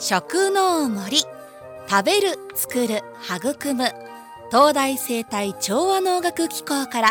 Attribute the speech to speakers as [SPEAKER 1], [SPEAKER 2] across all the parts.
[SPEAKER 1] 食の森、食べる、作る、育む東大生態調和能楽機構から、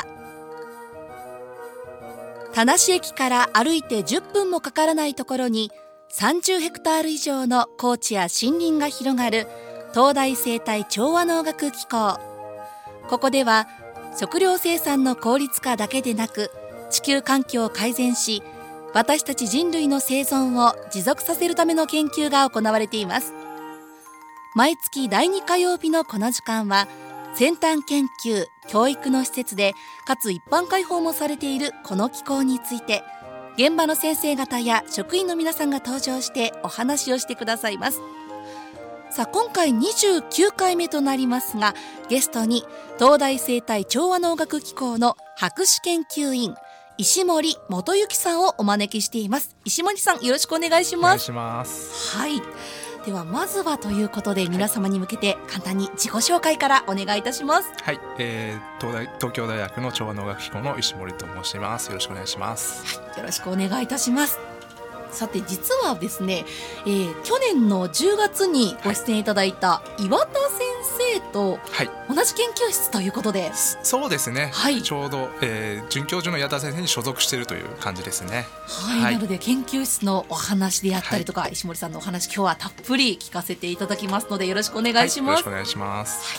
[SPEAKER 1] 田無駅から歩いて10分もかからないところに30ヘクタール以上の高地や森林が広がる東大生態調和能楽機構。ここでは食料生産の効率化だけでなく、地球環境を改善し、私たち人類の生存を持続させるための研究が行われています。毎月第2火曜日のこの時間は、先端研究教育の施設でかつ一般開放もされているこの機構について、現場の先生方や職員の皆さんが登場してお話をしてくださいます。さあ、今回29回目となりますが、ゲストに東大生態調和能楽機構の博士研究員石森元幸さんをお招きしています。石森さん、よろしくお願いします。
[SPEAKER 2] お願いします。
[SPEAKER 1] はい、ではまずはということで、皆様に向けて簡単に自己紹介からお願いいたします。
[SPEAKER 2] はい、東京大学の調和能楽機構の石森と申します。よろしくお願いします。
[SPEAKER 1] はい、よろしくお願いいたします。さて、実はですね、去年の10月にご出演いただいた岩田先生と同じ研究室ということで、
[SPEAKER 2] そうですね、
[SPEAKER 1] はい、
[SPEAKER 2] ちょうど、准教授の岩田先生に所属しているという感じですね。
[SPEAKER 1] はい、はい、なので研究室のお話であったりとか、はい、石森さんのお話、今日はたっぷり聞かせていただきますので、よろしくお願いします。
[SPEAKER 2] はい、よろしくお願いします。
[SPEAKER 1] はい、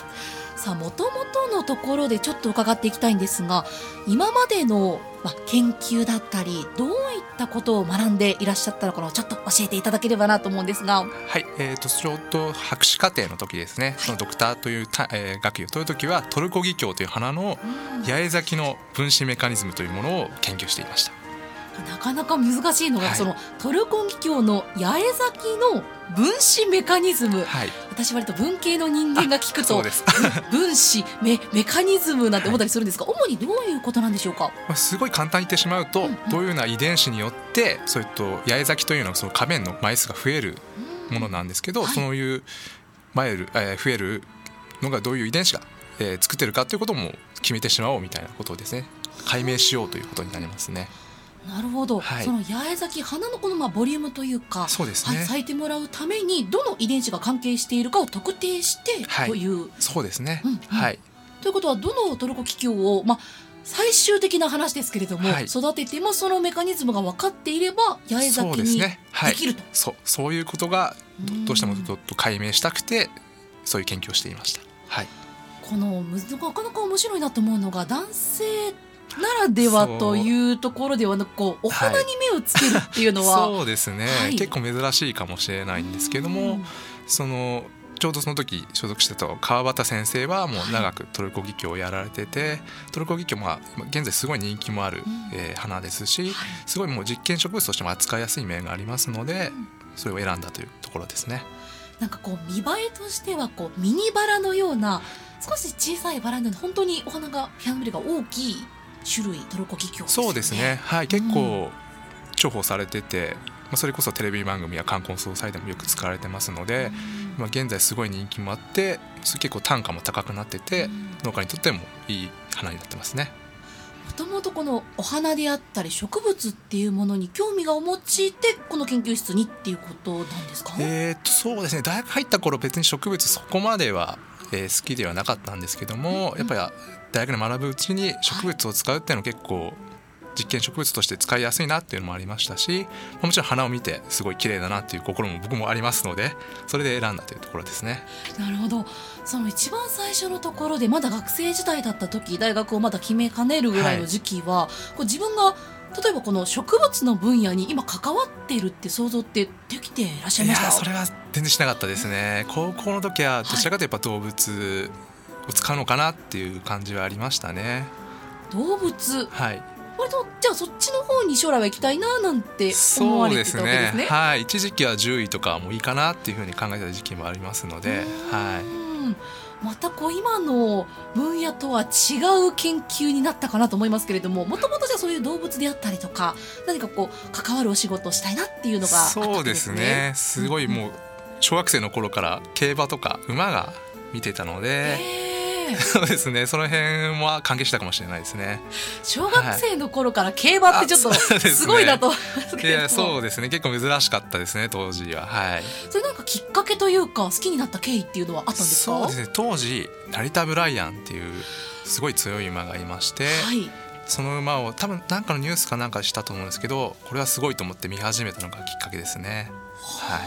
[SPEAKER 1] さあ、もともとのところでちょっと伺っていきたいんですが、今までの、研究だったり、どういったことを学んでいらっしゃったのかをちょっと教えていただければなと思うんですが。
[SPEAKER 2] はい、ちょうど博士課程の時ですね、はい、そのドクターという、学位を取る時はトルコギキョウという花の八重咲きの分子メカニズムというものを研究していました。
[SPEAKER 1] なかなか難しいのが、はい、そのトルコギキョウの八重咲きの分子メカニズム、はい、私割と文系の人間が聞くと分子 メカニズムなんて思ったりするんですが、主にどういうことなんでしょうか。
[SPEAKER 2] すごい簡単に言ってしまうと、どういうような遺伝子によってそれと八重咲きというのはその花弁の枚数が増えるものなんですけど、はい、そういう増えるのがどういう遺伝子が、作ってるかということも決めてしまおうみたいなことをですね、解明しようということになりますね。
[SPEAKER 1] なるほど、
[SPEAKER 2] はい、
[SPEAKER 1] その八重咲き、花のこのボリュームというか、
[SPEAKER 2] そうですね、
[SPEAKER 1] はい、咲いてもらうためにどの遺伝子が関係しているかを特定して、はい、という、
[SPEAKER 2] そうですね、
[SPEAKER 1] はい、ということは、どのトルコギキョウを、最終的な話ですけれども、はい、育ててもそのメカニズムが分かっていれば八重咲きにできると、
[SPEAKER 2] そういうことがどうしても解明したくて、そういう研究をしていました。はい、
[SPEAKER 1] このなかなか面白いなと思うのが、男性ならではというところではなく、お花に目をつけるっていうのは、
[SPEAKER 2] そうですね、はい、結構珍しいかもしれないんですけども、ちょうどその時所属してた川端先生はもう長くトルコギキョウをやられてて、トルコギキョウは現在すごい人気もある、花ですし、すごいもう実験植物としても扱いやすい面がありますので、それを選んだというところですね。
[SPEAKER 1] なんか見栄えとしてはミニバラのような少し小さいバラなので、本当にお花がキャンベルが大きい種類、トルコギキョウですね。
[SPEAKER 2] そうですね、はい、結構重宝されてて、それこそテレビ番組や冠婚葬祭でもよく使われてますので、現在すごい人気もあって、結構単価も高くなってて、農家にとってもいい花になってますね。
[SPEAKER 1] もともとこのお花であったり植物っていうものに興味がお持ちで、この研究室にっていうことなんですか。
[SPEAKER 2] そうですね、大学入った頃別に植物そこまでは好きではなかったんですけども、やっぱり大学で学ぶうちに植物を使うっていうのは結構実験植物として使いやすいなっていうのもありましたし、もちろん花を見てすごい綺麗だなっていう心も僕もありますので、それで選んだというところですね。
[SPEAKER 1] なるほど。その一番最初のところで、まだ学生時代だった時、大学をまだ決めかねるぐらいの時期は、自分が例えばこの植物の分野に今関わっているって想像ってできていらっしゃいました？
[SPEAKER 2] いや、それは全然しなかったですね。高校の時はどちらかというとやっぱ動物を使うのかなっていう感じはありましたね。
[SPEAKER 1] 動物、
[SPEAKER 2] はい、
[SPEAKER 1] 割とじゃあそっちの方に将来は行きたいななんて思われてたわけですね。
[SPEAKER 2] そうですね、はい、一時期は獣医とかもいいかなっていうふうに考えた時期もありますので、はい、
[SPEAKER 1] また今の分野とは違う研究になったかなと思いますけれども、もともとじゃあそういう動物であったりとか、何か関わるお仕事をしたいなっていうのがあったわけですね。
[SPEAKER 2] そうですね、すごいもう小学生の頃から競馬とか馬が見てたので、 そうですね、その辺は関係したかもしれないですね。
[SPEAKER 1] 小学生の頃から競馬ってちょっとすごいなと思いますけれども、
[SPEAKER 2] そうですね、結構珍しかったですね当時は。はい。
[SPEAKER 1] それなんかきっかけというか好きになった経緯っていうのはあったんですか？
[SPEAKER 2] そうですね、当時成田ブライアンっていうすごい強い馬がいまして、
[SPEAKER 1] はい、
[SPEAKER 2] その馬を多分何かのニュースかなんかしたと思うんですけど、これはすごいと思って見始めたのがきっかけですね。はい。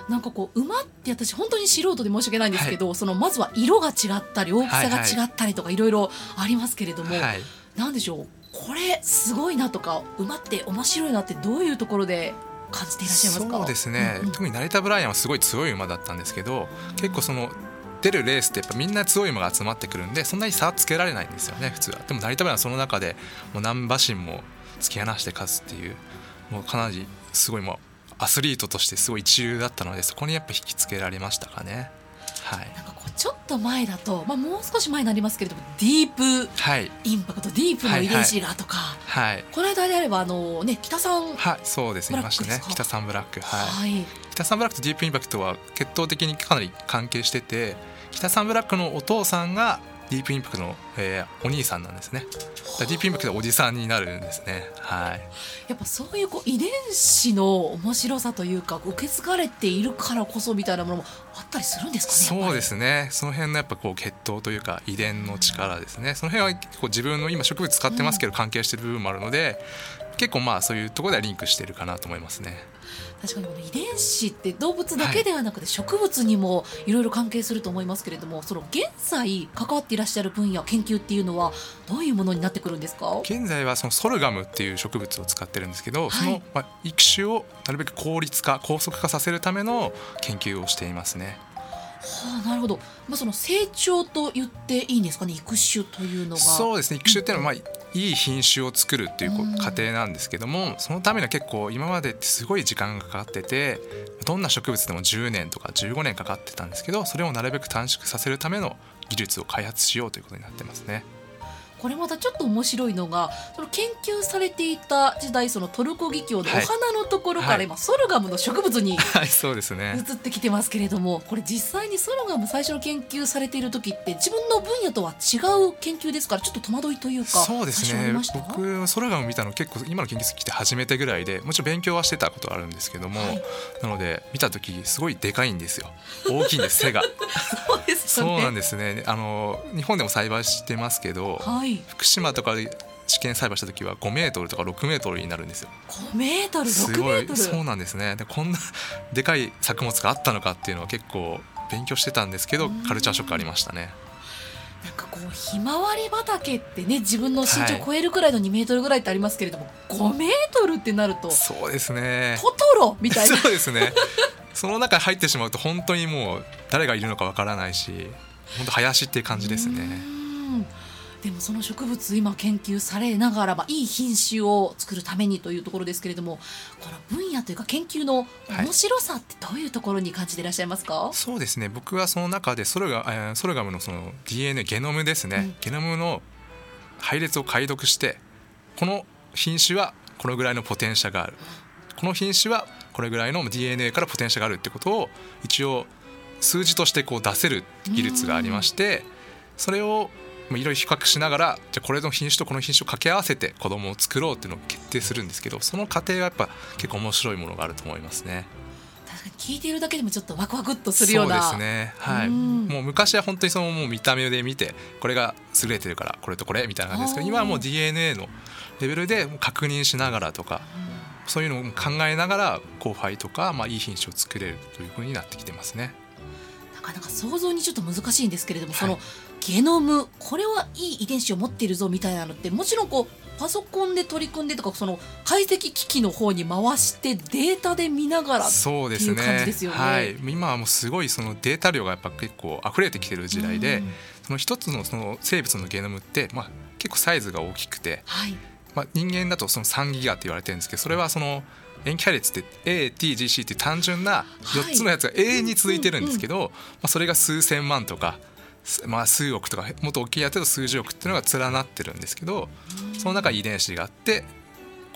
[SPEAKER 1] なんかこう馬って私本当に素人で申し訳ないんですけど、そのまずは色が違ったり大きさが違ったりとかいろいろありますけれども、
[SPEAKER 2] はい、
[SPEAKER 1] なんでしょう、これすごいなとか馬って面白いなってどういうところで感じていらっしゃいますか？
[SPEAKER 2] そうですね、特に成田ブライアンはすごい強い馬だったんですけど、結構その出るレースってやっぱみんな強い馬が集まってくるんで、そんなに差つけられないんですよね普通は。でも成田ブライアンはその中でもう何馬身も突き放して勝つっていう、もうかなりすごいもうアスリートとしてすごい一流だったので、そこにやっぱ引きつけられましたかね。はい、
[SPEAKER 1] なんかこうちょっと前だと、もう少し前になりますけれどもディープインパクト、ディープの遺伝子がとか、この間であれば北さん、
[SPEAKER 2] そうですね、いましたね、北さんブラック、北さんブラックとディープインパクトは血統的にかなり関係してて、北さんブラックのお父さんがディープインパクトの、お兄さんなんですね。ディープインパクトはおじさんになるんですね。
[SPEAKER 1] やっぱそういう遺伝子の面白さというか受け継がれているからこそみたいなものもあったりするんですかね？
[SPEAKER 2] そうですね、その辺のやっぱこう血統というか遺伝の力ですね。その辺は結構自分の今植物使ってますけど関係している部分もあるので、結構そういうところではリンクしているかなと思いますね。
[SPEAKER 1] 確かに遺伝子って動物だけではなくて植物にもいろいろ関係すると思いますけれども、その現在関わっていらっしゃる分野研究っていうのはどういうものになってくるんですか？
[SPEAKER 2] 現在はそのソルガムっていう植物を使ってるんですけど、その育種をなるべく効率化高速化させるための研究をしていますね。
[SPEAKER 1] なるほど、その成長と言っていいんですかね、育種というのが。
[SPEAKER 2] そうですね、育種っていうのは、いい品種を作るっていう過程なんですけども、そのためには結構今までってすごい時間がかかってて、どんな植物でも10年とか15年かかってたんですけど、それをなるべく短縮させるための技術を開発しようということになってますね。
[SPEAKER 1] これまたちょっと面白いのが、その研究されていた時代、そのトルコギキョウのお花のところから今、ソルガムの植物に
[SPEAKER 2] そうですね、
[SPEAKER 1] 移ってきてますけれども、これ実際にソルガム最初の研究されている時って自分の分野とは違う研究ですから、ちょっと戸惑いというか。
[SPEAKER 2] そうですね、僕ソルガム見たの結構今の研究室来て初めてぐらいで、もちろん勉強はしてたことはあるんですけども、なので見た時すごいでかいんですよ。大きいんです背が
[SPEAKER 1] そうですよね。
[SPEAKER 2] そうなんですね。日本でも栽培してますけど、福島とかで試験栽培した時は5メートルとか6メートルになるんですよ。
[SPEAKER 1] 5メートル6メートル、
[SPEAKER 2] そうなんですね。でこんなでかい作物があったのかっていうのは結構勉強してたんですけど、カルチャーショックありましたね。
[SPEAKER 1] なんかこうひまわり畑ってね、自分の身長を超えるくらいの2メートルぐらいってありますけれども、5メートルってなると、
[SPEAKER 2] そうですね、
[SPEAKER 1] トトロみたいな
[SPEAKER 2] そうですねその中に入ってしまうと本当にもう誰がいるのかわからないし、本当林っていう感じですね。
[SPEAKER 1] でもその植物今研究されながら、いい品種を作るためにというところですけれども、この分野というか研究の面白さってどういうところに感じていらっしゃいますか？
[SPEAKER 2] そうですね、僕はその中でソルガムのその DNA ゲノムですね、ゲノムの配列を解読して、この品種はこのぐらいのポテンシャルがある、この品種はこれぐらいの DNA からポテンシャルがあるってことを一応数字としてこう出せる技術がありまして、それをいろいろ比較しながら、じゃあこれの品種とこの品種を掛け合わせて子供を作ろうっていうのを決定するんですけど、その過程がやっぱ結構面白いものがあると思いますね。
[SPEAKER 1] 確かに聞いているだけでもちょっとワクワクっとするような。
[SPEAKER 2] そうですね、もう昔は本当にそのもう見た目で見て、これが優れてるからこれとこれみたいな感じですけど、今はもう DNA のレベルで確認しながらとか、そういうのを考えながら交配とか、いい品種を作れるという風になってきてますね。
[SPEAKER 1] なかなか想像にちょっと難しいんですけれども、そのゲノム、これはいい遺伝子を持っているぞみたいなのって、もちろんこうパソコンで取り組んでとか、その解析機器の方に回してデータで見ながらっていう感じですよね。
[SPEAKER 2] 今はもうすごいそのデータ量がやっぱ結構溢れてきてる時代で、その一つのその生物のゲノムって、結構サイズが大きくて、人間だとその3ギガって言われてるんですけど、それはその塩基配列って ATGC っていう単純な4つのやつが永遠に続いてるんですけど、それが数千万とか、数億とかもっと大きいやつだと数十億っていうのが連なってるんですけど、その中に遺伝子があって、この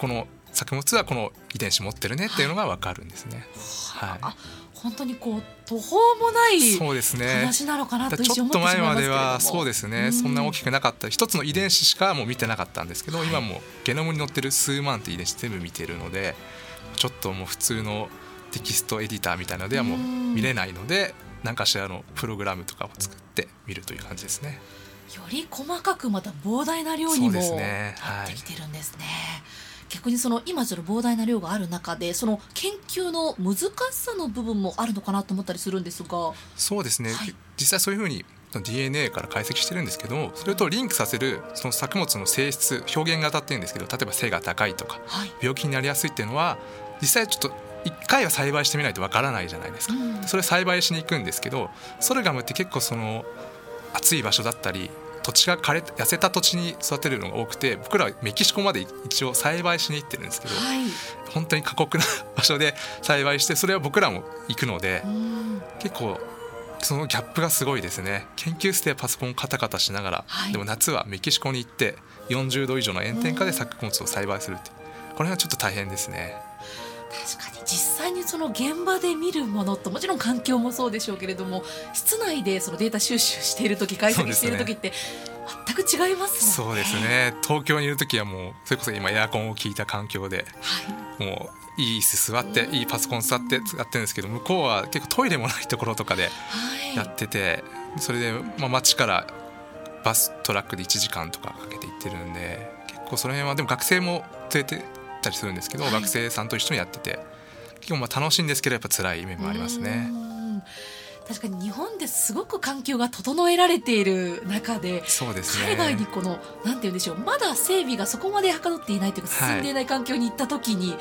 [SPEAKER 2] 作物はこの遺伝子持ってるねっていうのが分かるんですね。はい、
[SPEAKER 1] 本当にこう途方もない
[SPEAKER 2] そうですね、
[SPEAKER 1] 話なのかなと一
[SPEAKER 2] ちょっと
[SPEAKER 1] 瞬思ってしまいますけれども、
[SPEAKER 2] 前まではそうですね、そんな大きくなかった一つの遺伝子しかもう見てなかったんですけど、
[SPEAKER 1] はい、
[SPEAKER 2] 今もうゲノムに載ってる数万って遺伝子全部見てるので、ちょっともう普通のテキストエディターみたいなのではもう見れないので、何かしらのプログラムとかを作って見るという感じですね。
[SPEAKER 1] より細かくまた膨大な量にもなってきてるんですね。逆にその今ちょっと膨大な量がある中で、その研究の難しさの部分もあるのかなと思ったりするんですが。
[SPEAKER 2] そうですね、
[SPEAKER 1] はい、
[SPEAKER 2] 実際そういうふうに DNA から解析してるんですけど、それとリンクさせるその作物の性質、表現型っていうんですけど、例えば背が高いとか、
[SPEAKER 1] はい、
[SPEAKER 2] 病気になりやすいっていうのは実際ちょっと1回は栽培してみないとわからないじゃないですか、それ栽培しに行くんですけど、ソルガムって結構その暑い場所だったり土地が痩せた土地に育てるのが多くて、僕らはメキシコまで一応栽培しに行ってるんですけど、
[SPEAKER 1] はい、
[SPEAKER 2] 本当に過酷な場所で栽培して、それは僕らも行くので、結構そのギャップがすごいですね。研究室でパソコンカタカタしながら、
[SPEAKER 1] はい、
[SPEAKER 2] でも夏はメキシコに行って40度以上の炎天下で作物を栽培するって、これはちょっと大変ですね。
[SPEAKER 1] 確かに実際にその現場で見るものと、もちろん環境もそうでしょうけれども、室内でそのデータ収集している時、解析している時って全く違いますもんね。
[SPEAKER 2] そうですね、東京にいる時はもうそれこそ今エアコンを効いた環境で、はい、もういい椅子座っていいパソコン座って使ってるんですけど、向こうは結構トイレもないところとかでやってて、それで街からバストラックで1時間とかかけて行ってるんで、結構その辺はでも学生も連れてたりするんですけど、はい、学生さんと一緒にやってて結構楽しいんですけど、やっぱ辛い面もありますね。
[SPEAKER 1] 確かに日本ですごく環境が整えられている中で、
[SPEAKER 2] そうですね、
[SPEAKER 1] 海外にこのなんて言うんでしょう、まだ整備がそこまではかどっていないというか進んでいない環境に行った時に、違い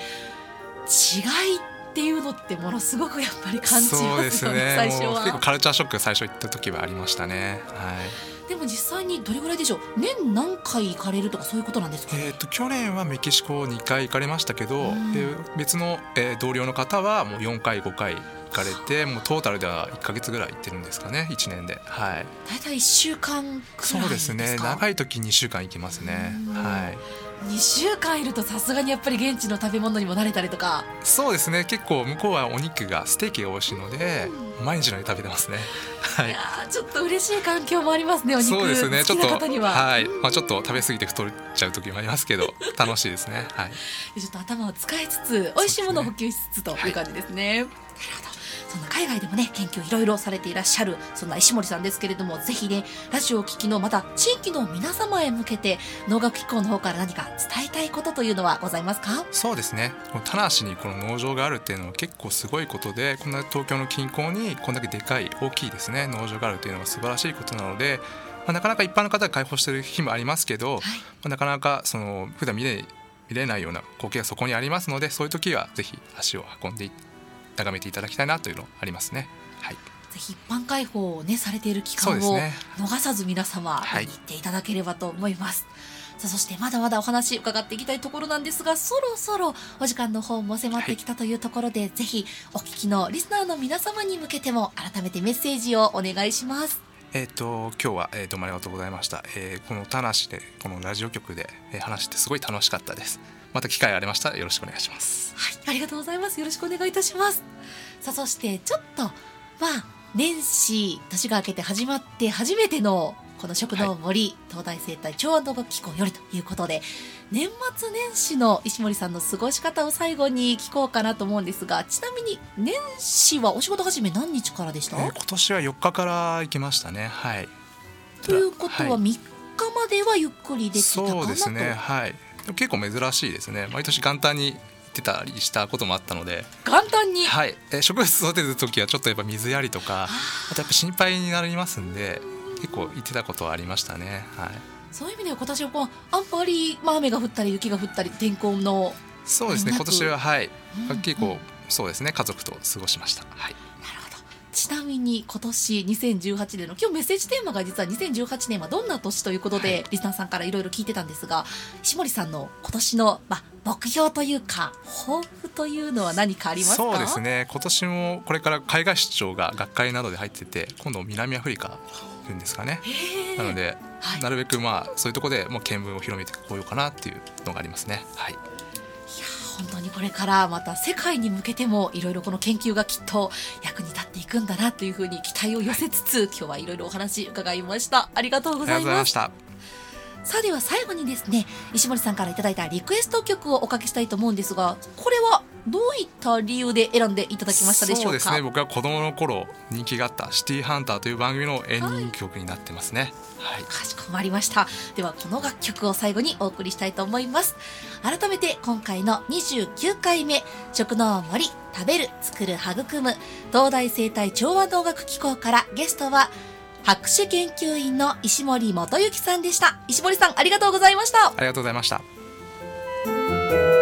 [SPEAKER 1] っていうのってものすごくやっぱり感じますよね。
[SPEAKER 2] そうですね、
[SPEAKER 1] 最初は
[SPEAKER 2] 結構カルチャーショック最初行った時はありましたね。はい、
[SPEAKER 1] でも実際にどれぐらいでしょう、年何回行かれるとかそういうことなんですか。
[SPEAKER 2] 去年はメキシコ2回行かれましたけど、別の、同僚の方はもう4回5回行かれて、もうトータルでは1ヶ月ぐらい行ってるんですかね、1年で。はい、
[SPEAKER 1] だいたい1週間くらいですか。
[SPEAKER 2] そうですね、長い時2週間行きますね。はい、
[SPEAKER 1] 2週間いるとさすがにやっぱり現地の食べ物にも慣れたりとか。
[SPEAKER 2] そうですね、結構向こうはお肉がステーキが美味しいので、毎日のように食べてますね。はい、
[SPEAKER 1] いやちょっと嬉しい環境もありますね、お肉
[SPEAKER 2] そうですね、
[SPEAKER 1] 好きな方には。
[SPEAKER 2] はい、ちょっと食べ過ぎて太っちゃう時もありますけど楽しいですね。はい、
[SPEAKER 1] ちょっと頭を使いつつ美味しいものを補給しつつという感じですね。なるほど。そんな海外でもね研究いろいろされていらっしゃるそんな石森さんですけれども、ぜひねラジオを聞きのまた地域の皆様へ向けて農学機構の方から何か伝えたいことというのはございますか。
[SPEAKER 2] そうですね、この田無にこの農場があるっていうのは結構すごいことで、こんな東京の近郊にこんだけでかい大きいですね農場があるっていうのは素晴らしいことなので、なかなか一般の方が開放している日もありますけど、はい、なかなかその普段見れないような光景がそこにありますので、そういう時はぜひ足を運んで眺めていただきたいなというのありますね。はい、
[SPEAKER 1] ぜひ一般開放を、ね、されている期間を逃さず皆様見に行っていただければと思います。さあそしてまだまだお話伺っていきたいところなんですが、そろそろお時間の方も迫ってきたというところで、ぜひお聞きのリスナーの皆様に向けても改めてメッセージをお願いします。
[SPEAKER 2] 今日は、どうもありがとうございました。この田無でこのラジオ局で、話してすごい楽しかったです。また機会ありましたらよろしくお願いします。
[SPEAKER 1] はい、ありがとうございます。よろしくお願いいたします。さあそしてちょっと年始年が明けて始まって初めてのこの食の森、はい、東大生態調和農学機構よりということで、年末年始の石森さんの過ごし方を最後に聞こうかなと思うんですが、ちなみに年始はお仕事始め何日からでした？
[SPEAKER 2] 今年は4日から行きましたね。はい、
[SPEAKER 1] ということは3日まではゆっくりできたかなと。
[SPEAKER 2] そうですね、はい、結構珍しいですね。毎年元旦に行ってたりしたこともあったので。
[SPEAKER 1] 元旦に、
[SPEAKER 2] はい、植物育てる時はちょっとやっぱ水やりとか、あとやっぱ心配になりますんで結構行ってたことはありましたね。はい、そういう意味では今年はあんまり雨が降ったり雪が降ったり天候のそうですね、今年は結構そうですね、家族と過ごしました。はい、
[SPEAKER 1] ちなみに今年2018年の今日メッセージテーマが実は2018年はどんな年ということで、リスナーさんからいろいろ聞いてたんですが、石森さんの今年の、目標というか抱負というのは何かありますか？
[SPEAKER 2] そうですね、今年もこれから海外出張が学会などで入ってて、今度南アフリカ行くんですかね。なので、なるべくそういうところでもう見聞を広めてこようかなっていうのがありますね。はい、いや
[SPEAKER 1] 本当にこれからまた世界に向けてもいろいろこの研究がきっと役に立っていくんだなというふうに期待を寄せつつ、今日はいろいろお話伺いました。ありがとうございます。さあでは最後にですね、石森さんからいただいたリクエスト曲をおかけしたいと思うんですが、これはどういった理由で選んでいただきましたでしょうか？
[SPEAKER 2] そうですね、僕は子供の頃人気があったシティハンターという番組のエンディング曲になってますね。はい、
[SPEAKER 1] かしこまりました。ではこの楽曲を最後にお送りしたいと思います。改めて今回の29回目食の森、食べる、作る、育む東大生態調和能楽機構から、ゲストは博士研究員の石森元幸さんでした。石森さん、ありがとうございました。
[SPEAKER 2] ありがとうございました。